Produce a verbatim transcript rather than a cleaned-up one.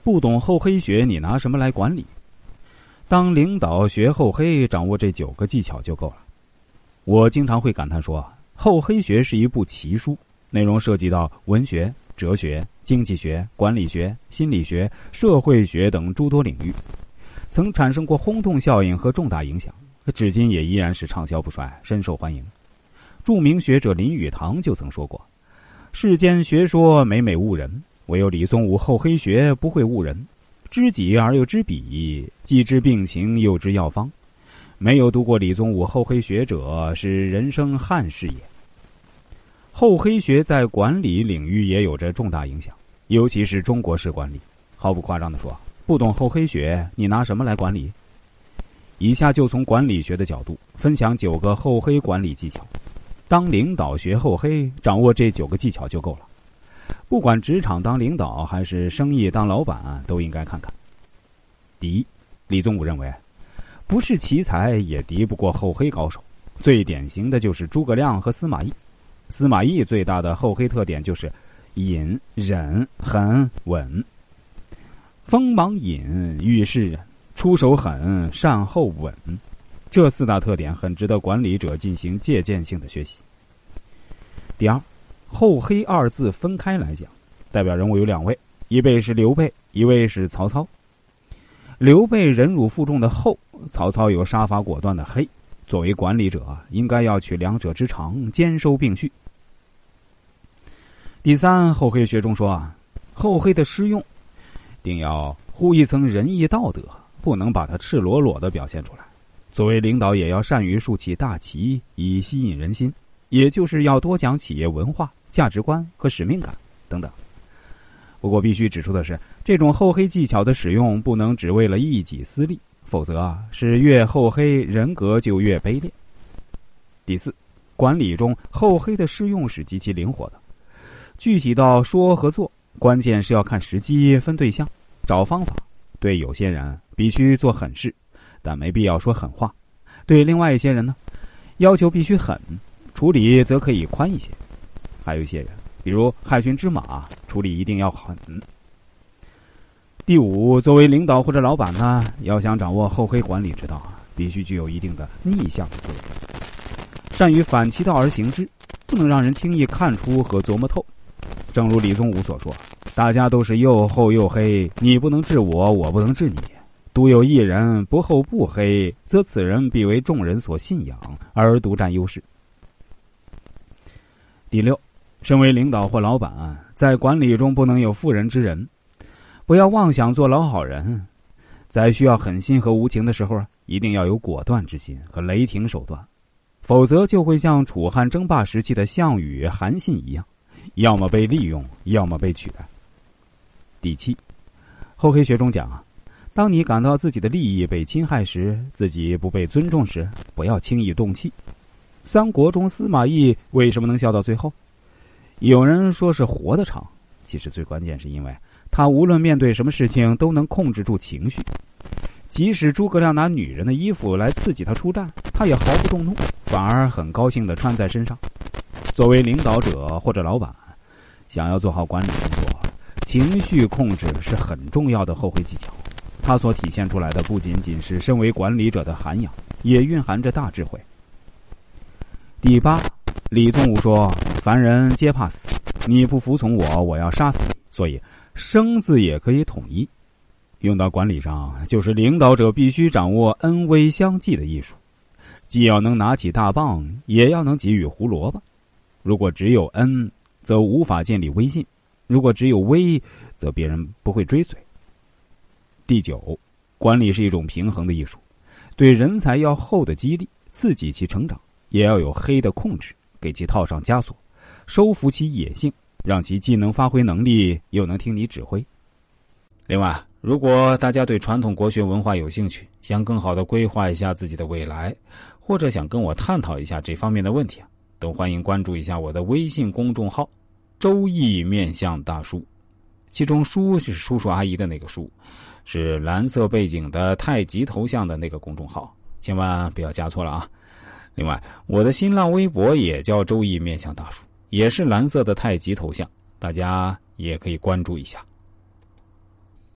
不懂厚黑学，你拿什么来管理？当领导学厚黑，掌握这九个技巧就够了。我经常会感叹说，厚黑学是一部奇书，内容涉及到文学、哲学、经济学、管理学、心理学、社会学等诸多领域，曾产生过轰动效应和重大影响，至今也依然是畅销不衰，深受欢迎。著名学者林语堂就曾说过，世间学说每每误人，唯有李宗吾厚黑学不会误人，知己而又知彼，既知病情又知药方。没有读过李宗吾厚黑学者，是人生憾事也。厚黑学在管理领域也有着重大影响，尤其是中国式管理。毫不夸张地说，不懂厚黑学，你拿什么来管理？以下就从管理学的角度分享九个厚黑管理技巧。当领导学厚黑，掌握这九个技巧就够了。不管职场当领导还是生意当老板，都应该看看。第一，李宗吾认为，不是奇才也敌不过厚黑高手。最典型的就是诸葛亮和司马懿。司马懿最大的厚黑特点就是隐、忍、狠、稳。锋芒隐，遇事忍，出手狠，善后稳。这四大特点很值得管理者进行借鉴性的学习。第二，厚黑二字分开来讲，代表人物有两位，一位是刘备，一位是曹操。刘备忍辱负重的厚，曹操有杀伐果断的黑。作为管理者，应该要取两者之长，兼收并蓄。第三，厚黑学中说啊，厚黑的施用，定要护一层仁义道德，不能把它赤裸裸地表现出来。作为领导，也要善于竖起大旗，以吸引人心，也就是要多讲企业文化、价值观和使命感等等。不过必须指出的是，这种厚黑技巧的使用不能只为了一己私利，否则啊，是越厚黑人格就越卑劣。第四，管理中厚黑的施用是极其灵活的，具体到说和做，关键是要看时机、分对象、找方法。对有些人必须做狠事，但没必要说狠话；对另外一些人呢，要求必须狠，处理则可以宽一些。还有一些人，比如害群之马，处理一定要狠。第五，作为领导或者老板呢，要想掌握厚黑管理之道，必须具有一定的逆向思维，善于反其道而行之，不能让人轻易看出和琢磨透。正如李宗吾所说，大家都是又厚又黑，你不能治我，我不能治你。独有一人不厚不黑，则此人必为众人所信仰，而独占优势。第六，身为领导或老板，在管理中不能有妇人之仁，不要妄想做老好人。在需要狠心和无情的时候，一定要有果断之心和雷霆手段，否则就会像楚汉争霸时期的项羽、韩信一样，要么被利用，要么被取代。第七，厚黑学中讲啊，当你感到自己的利益被侵害时，自己不被尊重时，不要轻易动气。三国中司马懿为什么能笑到最后？有人说是活得长，其实最关键是因为他无论面对什么事情都能控制住情绪。即使诸葛亮拿女人的衣服来刺激他出战，他也毫不动怒，反而很高兴地穿在身上。作为领导者或者老板，想要做好管理工作，情绪控制是很重要的厚黑技巧。它所体现出来的不仅仅是身为管理者的涵养，也蕴含着大智慧。第八，李宗吾说，凡人皆怕死，你不服从我，我要杀死你。所以生字也可以统一用到管理上，就是领导者必须掌握恩威相济的艺术，既要能拿起大棒，也要能给予胡萝卜。如果只有恩，则无法建立威信；如果只有威，则别人不会追随。第九，管理是一种平衡的艺术，对人才要厚的激励，刺激其成长，也要有黑的控制，给其套上枷锁，收服其野性，让其既能发挥能力，又能听你指挥。另外，如果大家对传统国学文化有兴趣，想更好地规划一下自己的未来，或者想跟我探讨一下这方面的问题啊，都欢迎关注一下我的微信公众号周易面相大叔，其中叔是叔叔阿姨的那个叔，是蓝色背景的太极头像的那个公众号，千万不要加错了啊。另外，我的新浪微博也叫周易面相大叔，也是蓝色的太极头像，大家也可以关注一下。